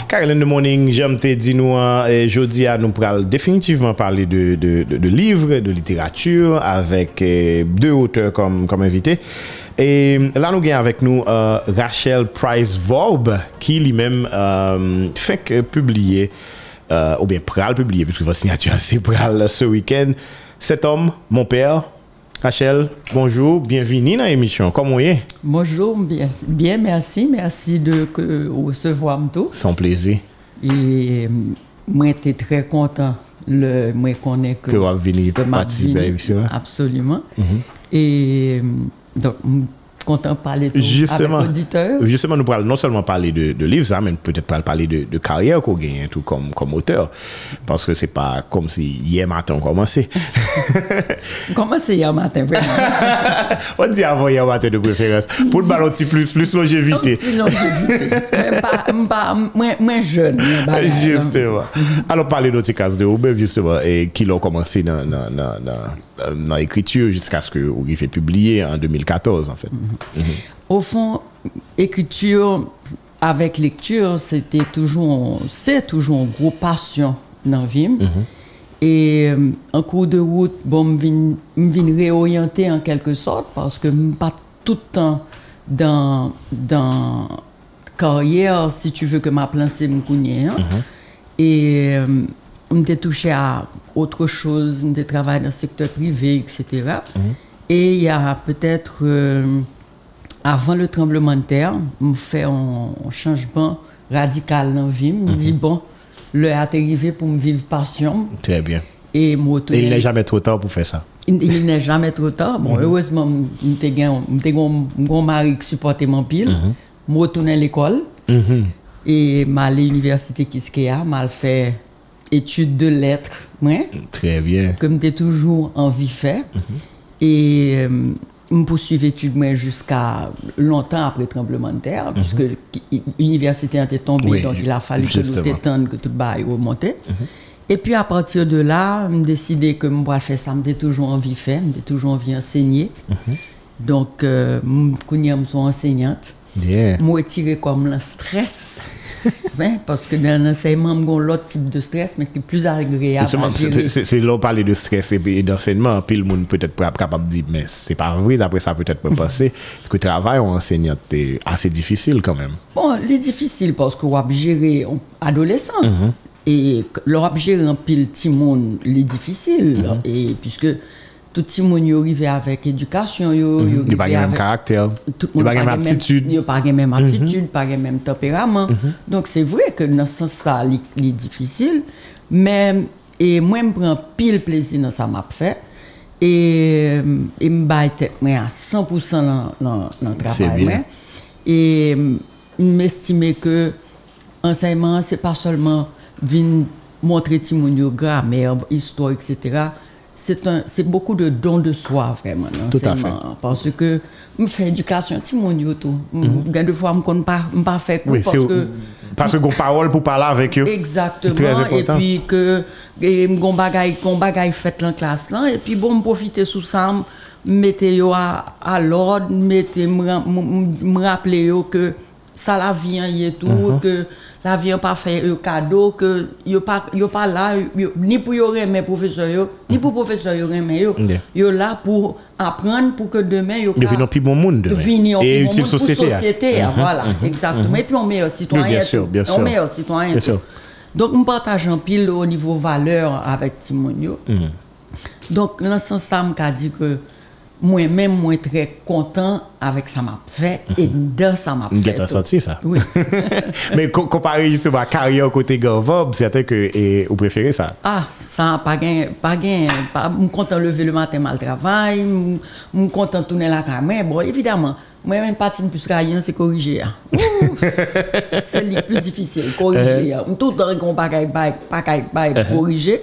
Caroline de Morning, j'aime te dire nous jeudi à nous pourrons définitivement parler de livres, de littérature avec deux auteurs comme invités. Et là nous avons avec nous Rachel Price Vorb qui lui-même fait publier ou bien pral publier puisque votre signature c'est pral ce week-end. Cet homme, mon père. Rachel, bonjour, bienvenue dans l'émission. Comment vous êtes? Bonjour, bien, merci de recevoir tout. Sans plaisir. Et moi, j'étais très content. Moi, connais que vous venez participer à l'émission. Absolument. Et donc, content de parler avec l'auditeur. Justement, nous parlons non seulement parler de livres, mais peut-être parler de carrière qu'on gagne tout comme auteur. Parce que c'est pas comme si hier matin on commençait. Commencez hier matin, vraiment. On dit avant hier matin de préférence. Pour le ballon plus longévité. Moins jeune. Justement. Alors, parler d'autres cas de vous-même, justement, et qui l'ont commencé dans l'écriture jusqu'à ce que vous avez fait publier en 2014, en fait. Au fond, écriture avec lecture, c'est toujours une grosse passion dans la vie. Et en cours de route, bon, je viens réorienter en quelque sorte parce que je ne suis pas tout le temps dans carrière, si tu veux que ma plan c'est me connaître. Et je me touché à autre chose, je travaillé dans le secteur privé, etc. Et il y a peut-être, avant le tremblement de terre, je fais un changement radical dans la vie. Je me dis, bon, l'heure est arrivée pour me vivre passion. Très bien. Et il n'est jamais trop tard pour faire ça. Il n'est jamais trop tard. Bon, heureusement, j'ai un mari qui supportait mon pile. Je retourne à l'école. Et je à l'université Kiskeya, je fait études de lettres. Très bien. Comme j'ai toujours envie de faire. Et je poursuis études jusqu'à longtemps après le tremblement de terre, puisque l'université était tombée, donc il a fallu que nous t'étendre, que tout le bail remonte. Et puis à partir de là, je me décidé que je vais faire ça, j'ai toujours envie de faire, j'ai toujours envie d'enseigner. Donc, je suis enseignante. Je me tiré comme le stress. Parce que dans l'enseignement, on a l'autre type de stress, mais qui est plus agréable. C'est là où parler de stress et d'enseignement, puis le monde peut-être capable de dire, mais c'est pas vrai, d'après ça peut-être peut passer. Que le travail en enseignant est assez difficile quand même. Bon, c'est difficile parce qu'on va gérer adolescent. Et leur gérer un pile petit monde, c'est difficile. Et puisque tout le monde arrive avec éducation, il n'y a pas le même caractère, il n'y a pas la même aptitude. Il n'y a pas la même aptitude, pas le même tempérament. Donc c'est vrai que dans ce sens, ça, c'est difficile. Mais moi, je prends pile plaisir dans ça m'a fait. Et je me bats à 100% dans le travail. Et je m'estime que l'enseignement, ce n'est pas seulement venir montrer Timonio grammaire, histoire, etc. C'est beaucoup de dons de soi, vraiment. Tout à fait. Parce que je fais éducation, Timonio, tout. Des fois, je ne peux pas faire parce que j'ai parole pour parler avec eux. Exactement. Très important. Et puis que j'ai bagaille fait en classe là, et puis bon, me profiter sous ça, mettez à l'ordre, me rappeler que ça la vient et tout, que la vie n'a pas fait un cadeau, que yo pas là ni pour yo remettre professeur ni pour professeur yo remettre yo là pour apprendre pour que demain yo devenir plus bon monde et utile société. Voilà, exactement. Et puis on meilleur citoyen. Bien sûr. On meilleur citoyen. Donc on partage en pile au niveau valeur avec Timonio. Donc dans ce sens ça me dit que moi-même, moi très content avec ça m'a fait et dans ça m'a fait. Vous avez senti ça? Oui. Mais comparé justement à la carrière côté Gorvob, c'est certain que vous préférez ça? Ah, ça pas gain. Je suis content de lever le matin mal travail, je suis content de tourner la caméra. Bon, évidemment, moi-même, partie plus rien, c'est corriger. C'est le plus difficile, corriger. Tout le temps qu'on pas corriger.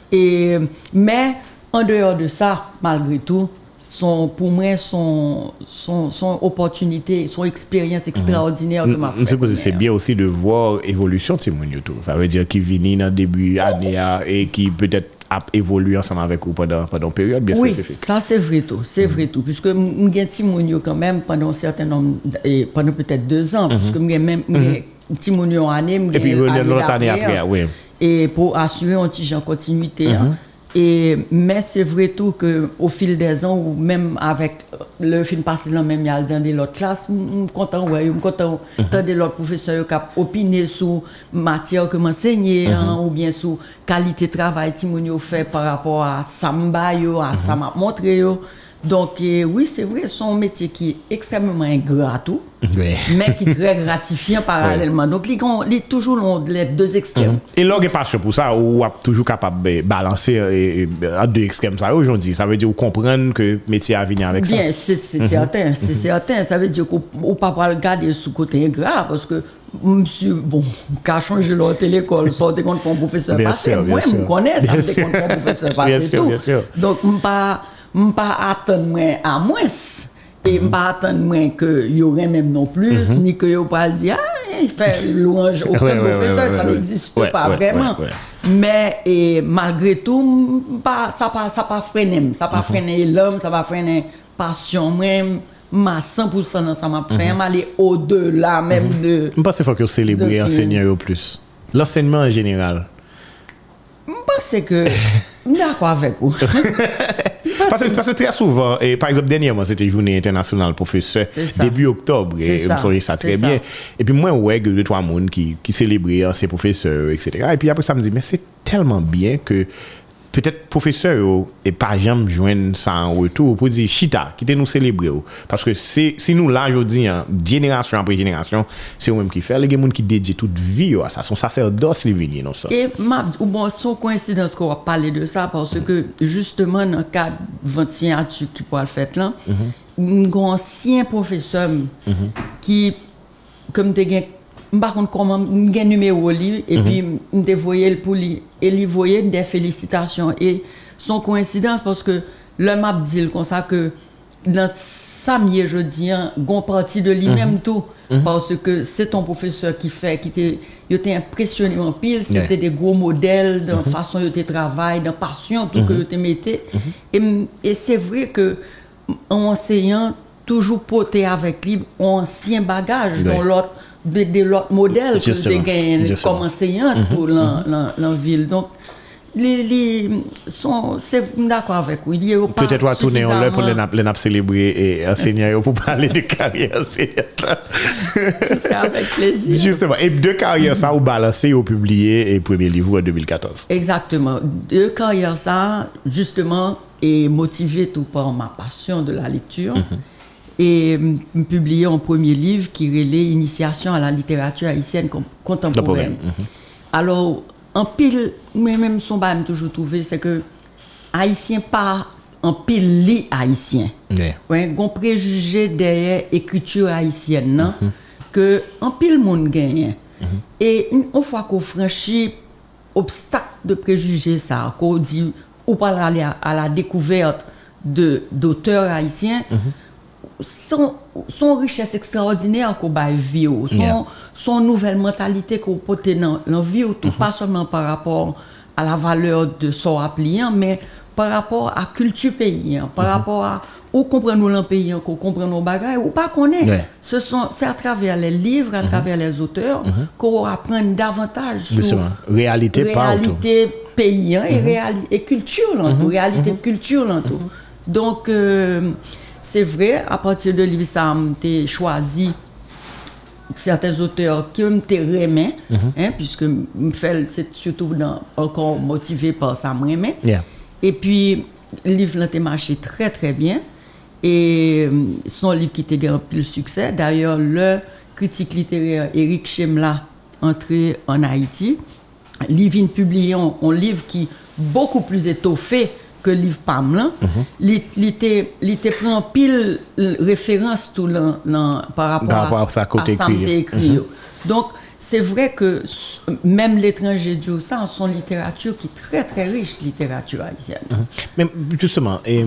Mais en dehors de ça, malgré tout, pour moi, son opportunité, son expérience extraordinaire que m'a fait. C'est bien aussi de voir l'évolution de Timonio. Ça veut dire qu'il vient dans le début d'année et qui peut-être a évolué ensemble avec vous pendant une période bien spécifique. Ça c'est vrai tout, puisque j'ai Timonio quand même pendant un certain nombre, pendant peut-être 2 ans, puisque j'ai petit moun yon année, et puis l'autre année après, oui. Et pour assurer un petit genre continuité. Et mais c'est vrai tout que au fil des ans ou même avec le film passé là même il y a dans des autres classes, content ouais, content de l'autre professeur qui a opiné sur matière que m'enseigner ou bien sur qualité de travail ti moun yo fait par rapport à samba yo, à ça m'a montré yo. Donc oui, c'est vrai, c'est un métier qui est extrêmement ingrat tout, mais qui est très gratifiant parallèlement. Donc il est toujours les deux extrêmes. Et là, il y a passion pour ça, ou est toujours capable de balancer à deux extrêmes ça aujourd'hui. Ça veut dire comprendre que le métier a venir avec ça. Bien, c'est certain, c'est certain. Ça veut dire qu'on ne peut pas regarder sous côté ingrat parce que monsieur, bon, quand changer leur télécole, sortez contre un professeur passé, moi, je connais ça, sortez contre un professeur passé tout. Donc, je ne pas attendre à moins et pas attendre que y aurait même non plus ni que yo pas dire il fait louange aucun professeur ça n'existe pas vraiment mais malgré tout ça pas freiner l'homme ça va freiner passion même ma 100% dans ça m'a fait aller au-delà même de je pense qu'il faut que célébrer enseignant plus l'enseignement en général. Je pense que d'accord avec vous. Parce que très souvent, et par exemple, dernièrement, c'était Journée internationale professeur, début octobre, et vous sauriez ça très bien. Et puis moi, ouais, deux, trois personnes qui célébraient ces professeurs, etc. Et puis après, ça me dit, mais c'est tellement bien que peut-être professeur et pas jamais joindre ça en retour pour dire chita qui nous célébrer parce que si nous là aujourd'hui génération après génération c'est eux même qui fait les gens qui dédient toute vie à ça son sacerdoce les venir non ça et bon sans coïncidence qu'on va parler de ça parce que justement dans le cadre 21 qui pour le fait là un ancien professeur qui comme tu par contre comment un numéro li et puis me voyait pour lui et lui voyait des félicitations et son coïncidence parce que le m'a dit comme ça que dans ça mieux je dis gon partie de lui même tout parce que c'est ton professeur qui était impressionné en pile c'était des gros modèles dans façon de travail dans passion tout que tu mettais et c'est vrai que en enseignant toujours porter avec lui ancien bagage dans l'autre de l'autre modèle que tu gagnes comme enseignante pour la ville. Donc, c'est d'accord avec vous. Peut-être on va tourner en l'air pour les célébrer et enseigner pour parler de carrière. C'est avec plaisir. Justement. Et deux carrières, ça, vous balancez ou publié et premier livre en 2014. Exactement. Deux carrières, ça, justement, est motivé tout par ma passion de la lecture. Et publié un premier livre qui relait Initiation à la littérature haïtienne contemporaine. Alors, en pile, moi-même, son bas, toujours trouvé, c'est que haïtien pas en pile li haïtien. Ouais, gon préjugé derrière écriture haïtienne, non? Que en pile monde gagne. Et une fois qu'on franchit obstacle de préjugés ça, qu'on dit ou pas aller à la découverte d'auteurs haïtiens. Son richesse extraordinaire qu'on va vivre, son nouvelle mentalité qu'on peut dans la vie, pas seulement par rapport à la valeur de son appliant, mais par rapport à la culture pays, par rapport à où comprendre le pays, qu'on comprend nos bagages, ou pas connaître. C'est à travers les livres, à travers les auteurs, qu'on apprend davantage sur réalité pays et culture, réalité culture. Donc, c'est vrai, à partir de lui, ça m'a choisi certains auteurs qui me remet, puisque c'est surtout encore motivé par ça, me remet. Et puis, le livre a marché très très bien. Et son livre qui a eu plus de succès. D'ailleurs, le critique littéraire Éric Chemla, entré en Haïti, livre publié un livre qui est beaucoup plus étoffé que le livre Pam, il était prend pile référence tout par rapport à sa santé écrit. Donc, c'est vrai que même l'étranger dit ça, son littérature qui est très très riche, littérature haïtienne. Mais justement,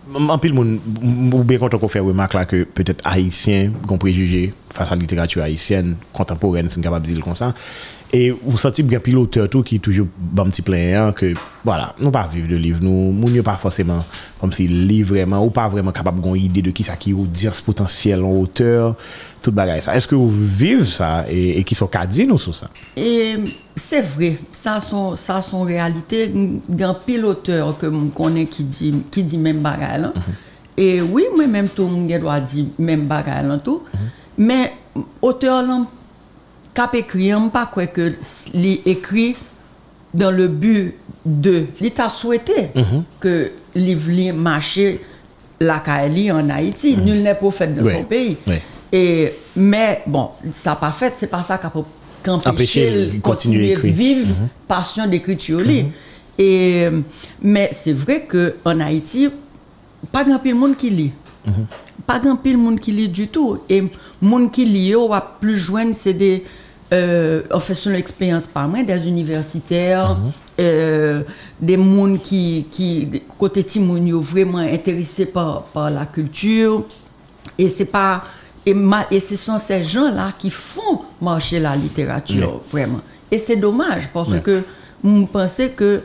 en pile monde ou bien quand on fait remarque là que peut-être haïtien ont préjugé face à la littérature haïtienne contemporaine, c'est capable de dire comme ça. Et vous sentez bien piloteur tout qui toujours un petit plein que voilà, nous pas vivre de livre, nous pas forcément comme si livre vraiment ou pas vraiment capable d'une idée de qui ça qui audience potentiel en auteur, tout bagage ça. Est-ce que vous vivez ça et qui sont cadres nous sur ça? Et c'est vrai, ça son réalité d'un piloteur que je connais qui dit même bagage là. Et oui, moi même tout monde doit dire même bagage là tout. Mais auteur là cap écrit, on pas quoi que li écrit dans le but de l'état souhaité que livre marché la Kaili en Haïti, nul n'est prophète de son pays. Et mais bon, ça pas fait, c'est pas ça qui a empêché continuer à vivre passion d'écriture et mais c'est vrai que en Haïti pas grand pile monde qui lit. Pas grand pile monde qui lit du tout et monde qui lit on va plus joindre c'est des on fait son expérience par moi des universitaires des monde qui côté timoun yo vraiment intéressés par la culture et c'est pas et ce sont ces gens-là qui font marcher la littérature vraiment et c'est dommage parce que je pensais que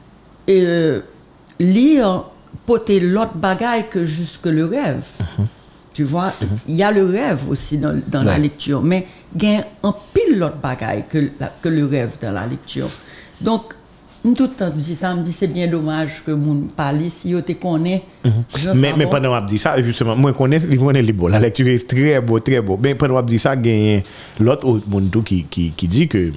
lire porter l'autre bagaille que juste que le rêve. Tu vois, il y a le rêve aussi dans la lecture, mais il y a un pile l'autre bagaille que le rêve dans la lecture. Donc, tout le temps, ça me dit c'est bien dommage que mon parle si on te connaît. Mais pendant que je dis ça, justement, moi je connais les beaux. La lecture est très beau, très beau. Mais pendant que je dis ça, il y a l'autre monde qui dit que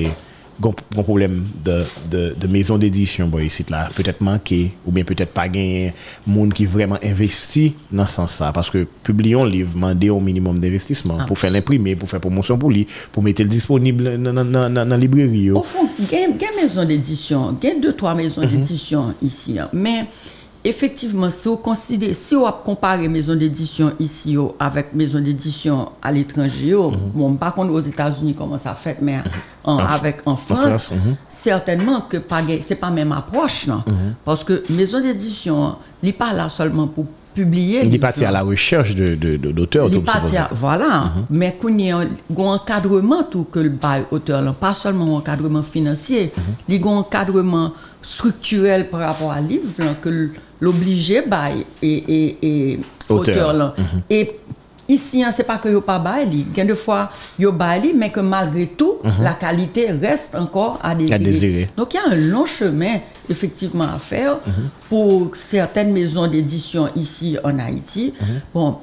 un problème de maison d'édition bon ici là peut-être manqué ou bien peut-être pas gagné monde qui vraiment investi dans ce sens ça parce que publier un livre demander au minimum d'investissement pour faire l'imprimer pour faire promotion pour lui pour mettre le disponible dans la librairie au fond il y a maison d'édition il y a 2-3 maisons d'édition ici mais effectivement si on compare maison d'édition ici avec maison d'édition à l'étranger bon par contre aux États-Unis comment ça fait mais en France certainement que c'est pas même approche non parce que maison d'édition n'est pas là seulement pour publier il est parti à la recherche d'auteurs il parti voilà mais qu'on y a un encadrement tout que le bail auteur là pas seulement un encadrement financier il y a un encadrement structurel par rapport à livre là, que l'obligé bail et auteur là et ici c'est pas que yo pas bail il y a des fois yo bail mais que malgré tout la qualité reste encore à désirer. Donc il y a un long chemin effectivement à faire pour certaines maisons d'édition ici en Haïti bon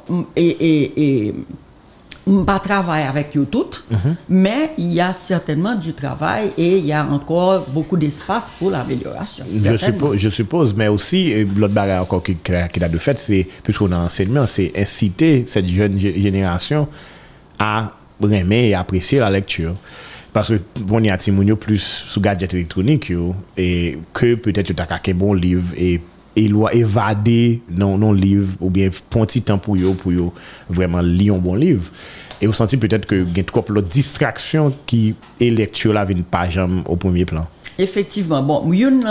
et on pas travailler avec eux toutes, mais il y a certainement du travail et il y a encore beaucoup d'espace pour l'amélioration. Je suppose, mais aussi, l'autre barrière encore qui a de fait, c'est, puisqu'on a enseignement, c'est inciter cette jeune génération à aimer et apprécier la lecture. Parce que on y a Timounio plus sous gadget électronique et que peut-être tu as un bon livre et évader non livre ou bien prendre un petit temps pour vraiment lire un bon livre et vous sentez peut-être que il y a trop de distraction qui est lecture là vient pas jamais au premier plan. Effectivement bon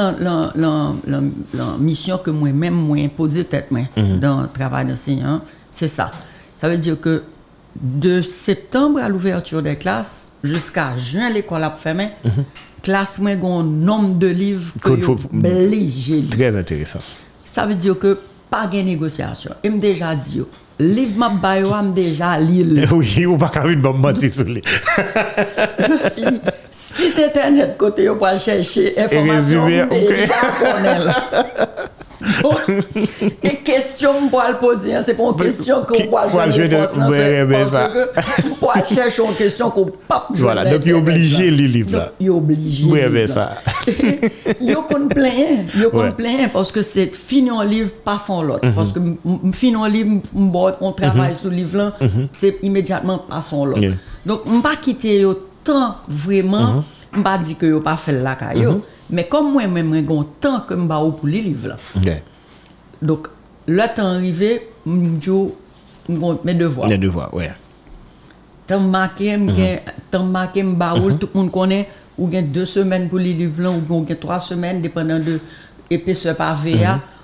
la mission que moi-même imposé tête moi dans le travail d'enseignant c'est ça veut dire que de septembre à l'ouverture des classes jusqu'à juin l'école a fermé classe moi gon nombre de livres que obligé très intéressant ça veut dire que pas de négociation et me déjà dit livre m'a bayo am déjà lire oui ou pas quand une bonne mentir sur lui fini site internet côté yo pour chercher information déjà connaît bon, et question pour le poser c'est pas une question que pour jouer parce que pour chercher une question qu'on pas voilà donc il est obligé lire livre là il est obligé oui ben ça il complain parce que c'est finir un livre pas sans l'autre parce que finir un livre on travaille sur le livre là c'est immédiatement pas sans l'autre donc on pas quitter autant vraiment on pas dire que yo pas fait la caillou mais comme moi-même j'ai un temps que m'ba pour les livres là. Donc le temps arrivé mes devoirs. Les devoirs, ouais. Temps marqué m'ba tout le monde connaît ou gain 2 semaines pour les livres là ou gain 3 semaines dépendant de épaisseur par VA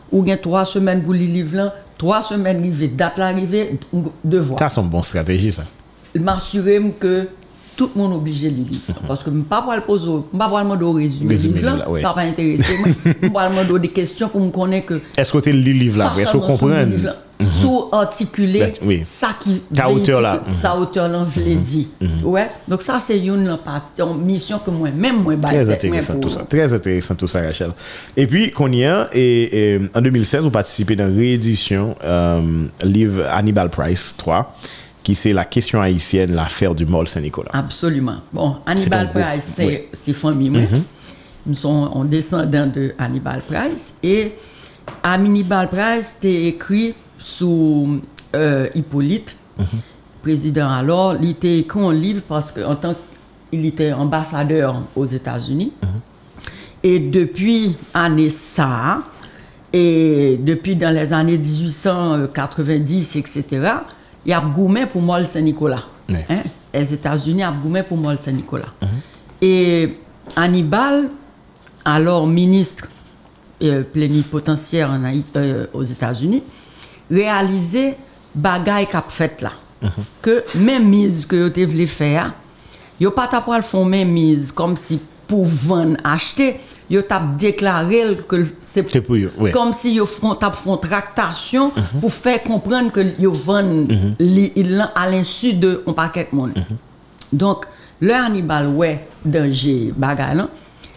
ou bien 3 semaines pour le livre là, 3 semaines arrivées, date l'arrivée, devoir. Ça, c'est une bonne stratégie, ça. M'assurer que tout le monde est obligé de lire. Parce que je ne peux pas le poser, je ne peux pas le demander au résumé du livre là, ça va intéresser. Je ne peux pas le demander des questions pour me connaître que. Est-ce que tu lis le livre là? Est-ce que vous comprenez? Sous-articuler ça qui ta auteur là. Sa auteur là, je l'ai dit. Ouais. Donc ça, c'est une partie, une mission que moi-même, moi, très intéressant tout ça. Très intéressant tout ça, Rachel. Et puis, qu'on y a, et en 2016, vous participez dans la réédition livre Hannibal Price 3. Qui c'est la question haïtienne, l'affaire du Mall Saint-Nicolas. Absolument. Bon, Hannibal Price, c'est famille. Nous sommes descendants de Hannibal Price. Et Hannibal Price était écrit sous Hippolyte, président alors. Il était écrit un livre parce qu'en tant qu'il était ambassadeur aux États-Unis. Et depuis année ça, et depuis dans les années 1890, etc., il y a gourmet pour Mall Saint-Nicolas. Hein? Les États-Unis ont gourmet pour Mall Saint-Nicolas. Et Hannibal, alors ministre plénipotentiaire aux États-Unis, réalisait bagaille qu'a fait là. Que même mise que vous voulez faire, vous pas ta le fond même mise comme si pour vendre acheter. Yo t'a déclaré que c'est pour eux, comme si yo font tractation pour faire comprendre que yo vendent à l'insu de un paquet de monde. Donc le Hannibal danger bagay là,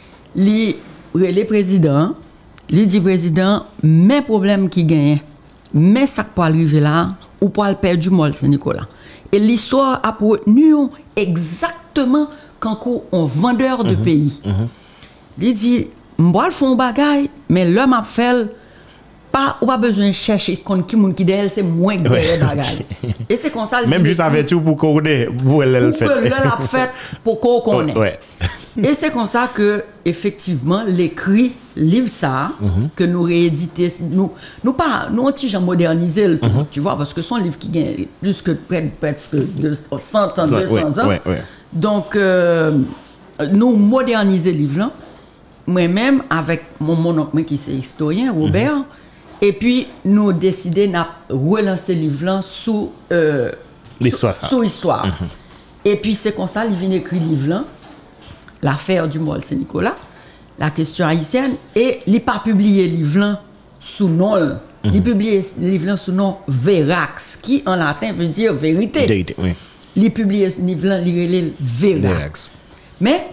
les présidents, li dit président mais problème qui gagne, mais ça peut arriver là ou pour le perdre du Mall Saint-Nicolas. Et l'histoire a retenu exactement quand on vendeur de pays. Il dit, moi, font bagaille, mais l'homme a fait, pas besoin de chercher contre qui moun qui d'elle, c'est moins que bagaille. Et c'est comme ça. Même juste avec tout pour qu'on ait, pour elle le fait. Pour qu'elle l'a fait, pour qu'on connaisse. Et c'est comme ça que, effectivement, l'écrit, livre ça, que nous rééditons, nous on t'y modernisé le tout, tu vois, parce que son livre qui gagne plus que presque 100 ans, 200 ans. Donc, nous moderniser le livre là. Moi-même, avec mon oncle qui est historien, Robert, et puis nous décidé de relancer le livre sous l'histoire. Sous histoire. Et puis c'est comme ça, il vient écrire le livre, l'affaire du Mall Saint-Nicolas, la question haïtienne, et il n'a pas publié le livre sous nom. Il publié le livre sous nom Verax, qui en latin veut dire vérité. Il publié le livre, il Verax. Mais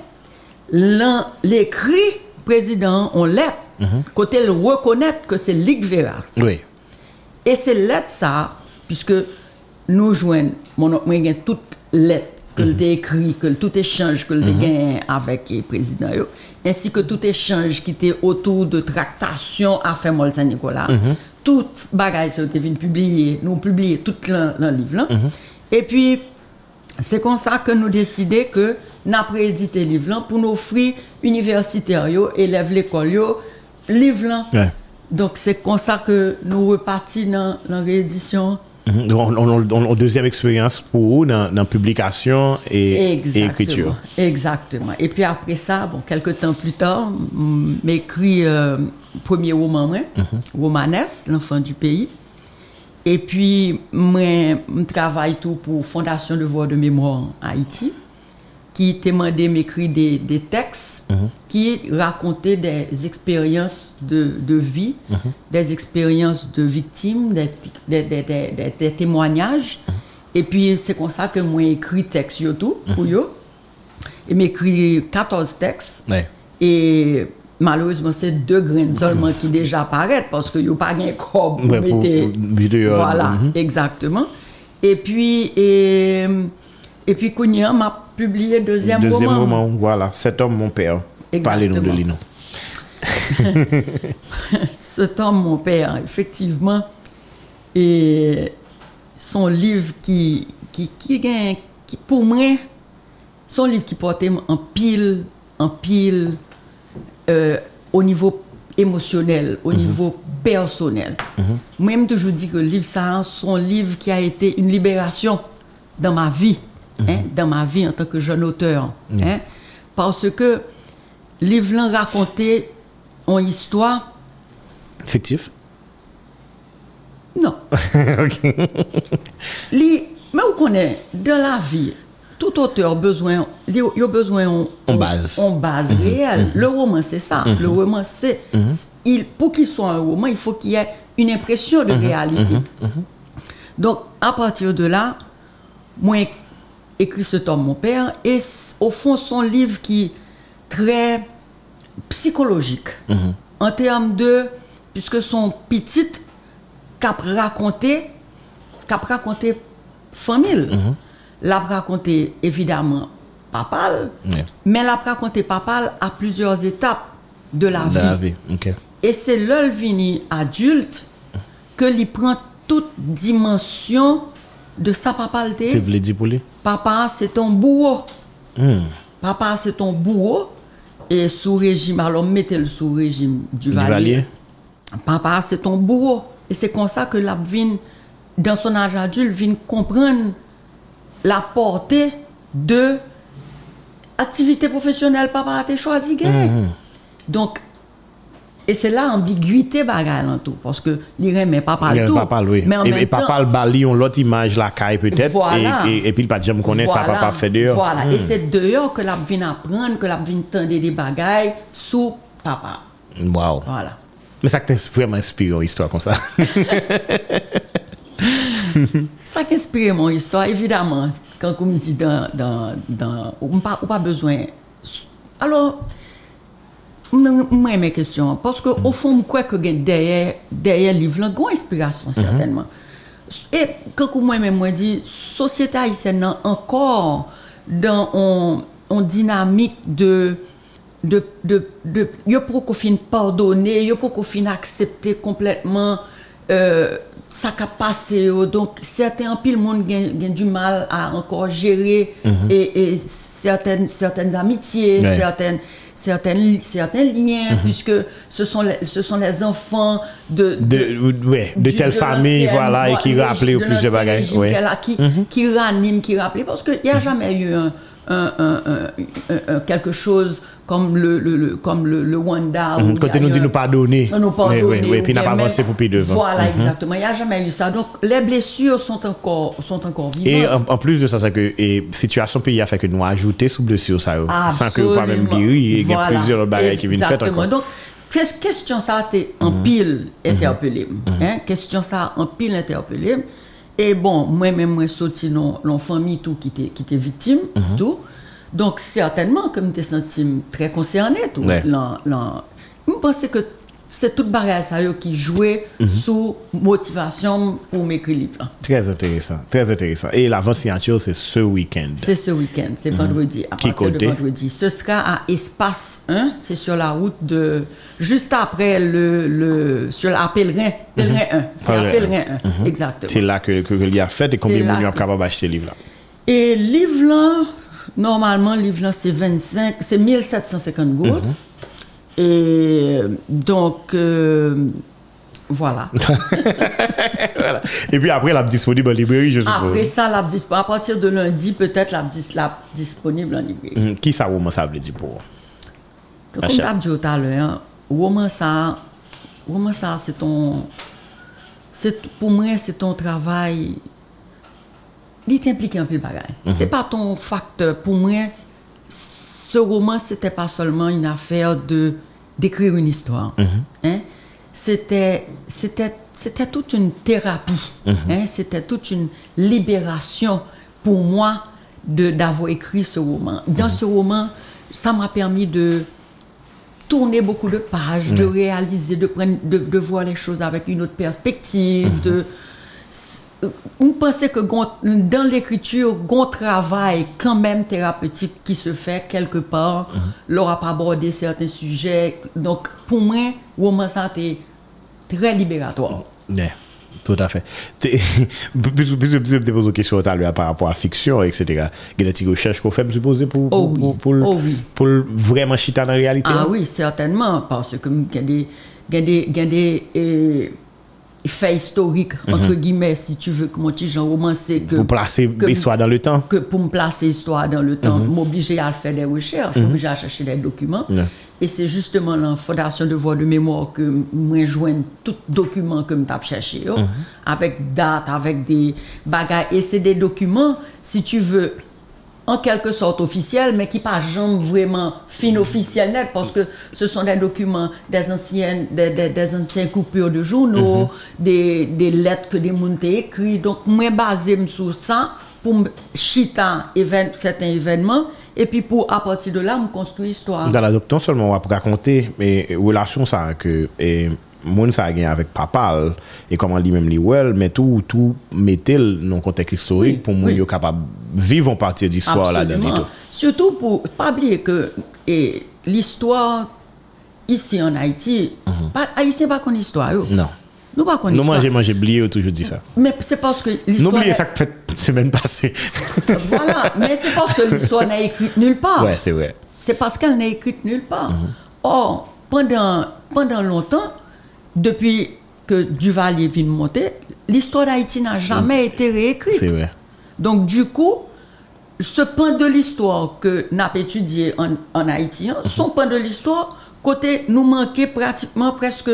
l'écrit président on lettre côté le reconnaître que c'est Ligue Verax. Et c'est lettre ça puisque nous joignent mon toute lettre que le écrit que tout échange que le gain avec le président ainsi que tout échange qui était autour de tractation affaire Mall Saint-Nicolas. Tout bagage ça été publié, nous publier tout le livre là. Et puis c'est comme ça que nous décidons que nous avons édité le livre pour nous offrir universitaires, élèves l'école, livre. Donc c'est comme ça que nous repartissons dans la réédition. On deuxième expérience pour vous dans la publication et écriture. Exactement. Et puis après ça, bon, quelques temps plus tard, m'écrit premier roman, Romanesque, l'enfant du pays. Et puis, moi, je travaille tout pour Fondation Devoir de Mémoire Haïti, qui t'a demandé m'écrire des textes qui racontaient des expériences de vie, des expériences de victimes, des témoignages. Et puis, c'est comme ça que moi, écrit texte tout pour eux. Et m'écrit 14 textes. Et malheureusement, c'est 2 graines seulement qui déjà apparaissent parce qu'il n'y a pas de corps pour mettre. Voilà, exactement. Et puis, Kounia m'a publié deuxième roman. Voilà, Cet homme, mon père. Parlez-nous de Lino. Cet homme, mon père, effectivement, et son livre qui pour moi, son livre qui portait en pile, au niveau émotionnel, au niveau personnel. Moi-même, toujours dit que le livre, ça, son livre qui a été une libération dans ma vie, dans ma vie en tant que jeune auteur. Parce que le livre racontait une histoire fictif. OK. Mais vous connaissez, dans la vie, tout auteur a besoin En base. réelle. Le roman, c'est ça. Le roman, c'est... Pour qu'il soit un roman, il faut qu'il y ait une impression de réalité. Donc, à partir de là, moi, écrit ce tome, mon père, et au fond, son livre qui est très psychologique, en termes de... Puisque son petit cap raconté famille, l'a raconté évidemment papal, mais l'a raconté papal à plusieurs étapes de la vie. Okay. Et c'est le vini adulte que lui prend toute dimension de sa papalité. Tu voulais dire pour lui? Papa, c'est ton bourreau. Papa, c'est ton bourreau. Et sous régime, alors mettez-le sous régime du Valier. Papa, c'est ton bourreau. Et c'est comme ça que la vine, dans son âge adulte, vient comprendre la portée de activité professionnelle papa a été choisi. Donc, et c'est là l'ambiguïté bagaille en tout, parce que il remet papa tout. Papa, oui. Mais en et même papa le bali, on l'autre image la caille peut-être, voilà. et puis le pas jamais connaît ça papa fait dehors. Voilà, et c'est dehors que la vient apprendre, que la vient tendre des bagailles sous papa. Wow. Voilà. Mais ça t'a vraiment inspiré une histoire comme ça. Ça qui inspire mon histoire, évidemment, quand on me dit ou pas besoin. Alors, moi, mes questions, parce que au fond, je crois que derrière le livre, il y a une inspiration, certainement. Et quand moi dit, société haïtienne encore dans une dynamique de yo pour qu'on finisse pardonner, yo pour qu'on finisse accepter complètement ça qui a passé. Donc certains pile monde gagne du mal à encore gérer et certaines amitiés, certains liens, puisque ce sont les enfants de telle famille, voilà, et qui rappellent plusieurs bagages, qui raniment, qui rappellent, parce qu'il n'y a jamais eu quelque chose comme le Wanda. Quand nous dit nous pardonner. Nous pardonner. Oui, puis n'a pas avancé pour plus devant. Voilà, exactement. Il n'y a jamais eu ça. Donc, les blessures sont encore vivantes. Et en plus de ça, c'est que situation pays a fait que nous ajouter sous blessure ça, sans que nous pas même guéri. Il y a plusieurs bagages qui viennent faire encore. Donc, question ça a été en pile interpellée. Question ça en pile interpellée. Et bon, moi-même, moi sorti dans la famille tout qui était victime, tout. Donc, certainement, comme je me senti très concerné, tout. Je pensais que c'est toute bagage ça qui jouait sous motivation pour m'écrire le livre. Très intéressant, très intéressant. Et l'avant-signature, c'est ce week-end. C'est ce week-end, c'est vendredi. À partir de vendredi. Ce sera à Espace 1, c'est sur la route de... Juste après sur la Pèlerin 1. C'est la Pèlerin 1, exactement. C'est là que l'il a fait et combien de gens sont capables d'acheter ce livre-là? Et livre-là, normalement, livre-là, c'est 1750 gouttes. Et donc, voilà. Voilà. Et puis après, elle est disponible en librairie, je suppose. Après ça, à partir de lundi, peut-être, elle est disponible en librairie. Qui ça, roman, ça veut dire pour? Comme tu as dit tout à l'heure, roman, ça, pour moi, c'est ton travail. Il t'implique un peu le bagage. C'est pas ton facteur. Pour moi, ce roman, c'était pas seulement une affaire d'écrire une histoire. C'était toute une thérapie. C'était toute une libération pour moi d'avoir écrit ce roman. Dans ce roman, ça m'a permis de tourner beaucoup de pages, de réaliser, de voir les choses avec une autre perspective, on pensait que dans l'écriture, il y a un travail quand même thérapeutique qui se fait quelque part. L'on a abordé certains sujets. Donc, pour moi, le roman, ça a été très libératoire. Yeah, tout à fait. Plus je te pose une question tout à l'heure par rapport à la fiction, etc. Il y a des petites recherches qu'on fait, je suppose, pour vraiment chiter dans la réalité. Ah oui, certainement. Parce que il y a des fait historique, entre guillemets, si tu veux, comment tu dis, romancé. Pour placer l'histoire dans le temps. Pour me placer l'histoire dans le temps, m'obliger à faire des recherches, m'obliger à chercher des documents. Et c'est justement la Fondation de Devoir de Mémoire que moi joigne tout document que je cherché, avec date, avec des bagages. Et c'est des documents, si tu veux, en quelque sorte officiels, mais qui pas jamais vraiment fin officiel net, parce que ce sont des documents des anciennes coupures de journaux, des lettres que des gens ont écrites. Donc, moi, basé sur ça, pour chita certains événements, et puis pour à partir de là, me construire l'histoire. Dans la donc non seulement on va raconter mais relation ça que monde ça gagne avec papa et comment lui-même li well mais tout mettel dans contexte historique pour monde capable vivre en partie d'histoire là dedans. Surtout pour pas oublier que l'histoire ici en Haïti, Haïtien pas connaît histoire. Non. Nous pas connaître. Nous manger oublié toujours dit ça. Mais c'est parce que l'histoire n'oubliez ça que fait semaine passée. Voilà, mais c'est parce que l'histoire n'est écrite nulle part. Ouais, c'est vrai. C'est parce qu'elle n'est écrite nulle part. Or, pendant longtemps, depuis que Duvalier vient monter, l'histoire d'Haïti n'a jamais été réécrite. C'est vrai. Donc, du coup, ce pan de l'histoire que nous avons étudié en Haïti, son pan de l'histoire, côté nous manquait pratiquement presque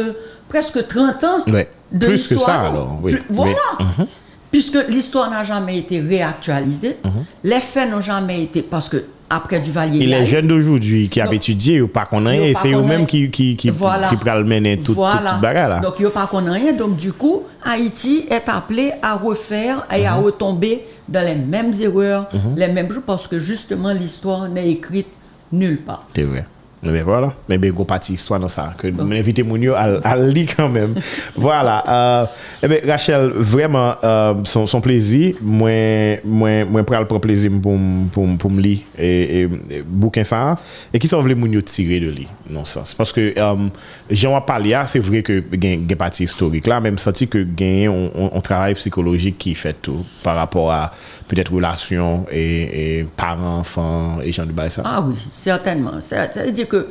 30 ans de plus que ça, l'histoire. alors. Oui. Voilà. Puisque l'histoire n'a jamais été réactualisée, les faits n'ont jamais été... Parce que après Duvalier... Et les jeunes d'aujourd'hui qui ont étudié, ils ne pas connaissent rien, et c'est eux-mêmes qui prennent mener toute bagarre là. Donc, ils ne pas connaissent rien. Donc, du coup, Haïti est appelé à refaire et à retomber dans les mêmes erreurs, les mêmes jours, parce que justement, l'histoire n'est écrite nulle part. C'est vrai. Mais voilà, mais ben gros partie histoire dans ça que m'inviter mon yo à lire quand même. Voilà, Rachel vraiment son plaisir, moi prendre plaisir pour me lire et bouquin ça et qui sont voulez mon yo tirer de lui non sens parce que Jean parlé c'est vrai que gain partie historique là même senti que gain on travail psychologique qui fait tout par rapport à peut-être relation et parents enfants et gens du bail ça. Ah oui, certainement. Ça veut dire que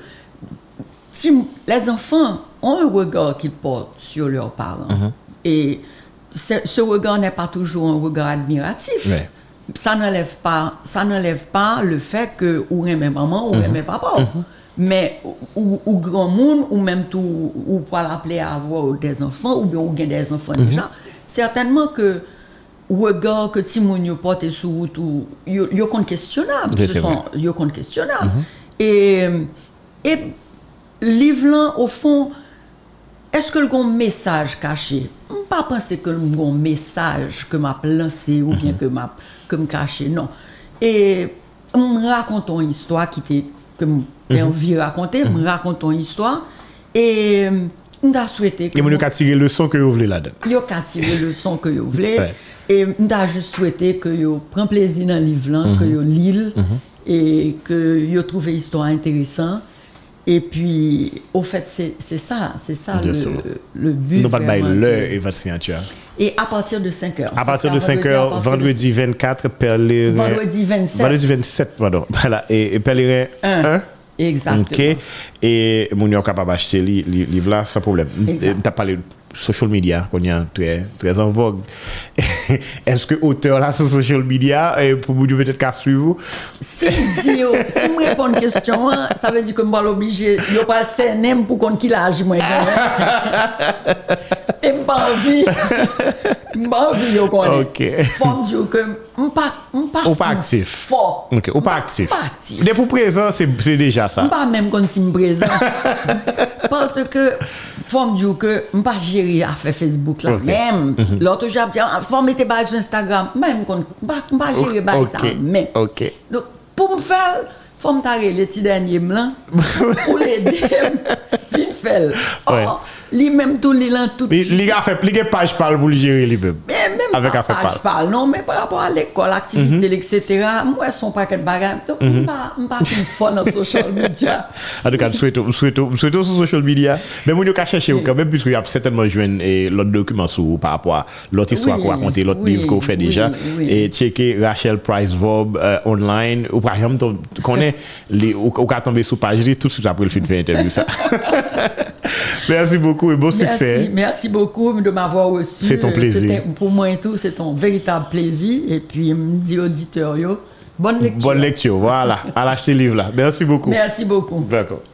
si les enfants ont un regard qu'ils portent sur leurs parents et ce regard n'est pas toujours un regard admiratif. Ouais. Ça n'enlève pas le fait que ou aimez maman ou aimez papa. Mais ou grand monde ou même tout ou pour l'appeler à avoir des enfants ou bien ou bien des enfants déjà, certainement que regard que Timoun porte sur route ou yo compte questionnable, yo compte questionnable. Et livre là au fond est-ce que le gon message caché? On pas penser que le gon message que m'a lancé ou bien que me caché non. Et on raconte une histoire qui était que j'ai envie de raconter, me raconte une histoire et on a souhaité que et on a tiré le son que vous voulez là-dedans. Yo ka tiré le son que vous voulez. Et on a juste souhaité que vous preniez plaisir dans le livre là, que vous lisez et que vous trouvez l'histoire intéressante. Et puis, au fait, c'est ça le but. Nous parlons de l'heure et votre signature. Et à partir de 5h. À partir de 5h, vendredi 24, Pèlerin. Vendredi 27. Vendredi 27, pardon. Voilà. Et Pèlerin 1. Exactement. OK. Et mon yo capable acheter livre là sans problème. T'as parlé de social media qu'on y a très en vogue. Est-ce que auteur là sur social media pour vous peut-être qu'à suivre? Si me répond une question, ça veut dire que moi l'obligé, yo pas CNM pour qu'on qui l'âge moi. Et m'pas envie yo connaît. OK. Faut dire que pas actif. Fort. OK, ou pas actif. Dès pour présent, c'est déjà ça. Pas même quand si me présent. Parce que faut me dire que m'pas gérer affaire Facebook là même. L'autre jour j'ai dit faut mettre bas sur Instagram, même quand m'pas gérer bas ça même. OK. Donc pour me faire faut me tarer les petits derniers là pour l'aider fin faire. Lui-même tout tout. Il a fait page parle pour le gérer lui-même. Même avec affaire parle. Non, mais par rapport à l'école, l'activité, etc. Moi, son paquet de bagages. Donc, pas une fois dans social media. En tout cas, je souhaite sur social media. Mais moi, je vais chercher quand même, puisqu'il y a certainement joué l'autre document sur par rapport à l'autre histoire qu'on raconte, l'autre livre qu'on fait déjà. Et checker Rachel Price Vob online. Ou par exemple, qu'on est, ou qu'à tomber sur page, tout de suite après le film fait interview ça. Merci beaucoup et bon succès. Merci beaucoup de m'avoir reçu. C'est ton plaisir. Pour moi et tout, c'est un véritable plaisir. Et puis, me dit auditeur, bonne lecture. Bonne lecture, voilà. À l'acheter livre là. Merci beaucoup. Merci beaucoup. D'accord.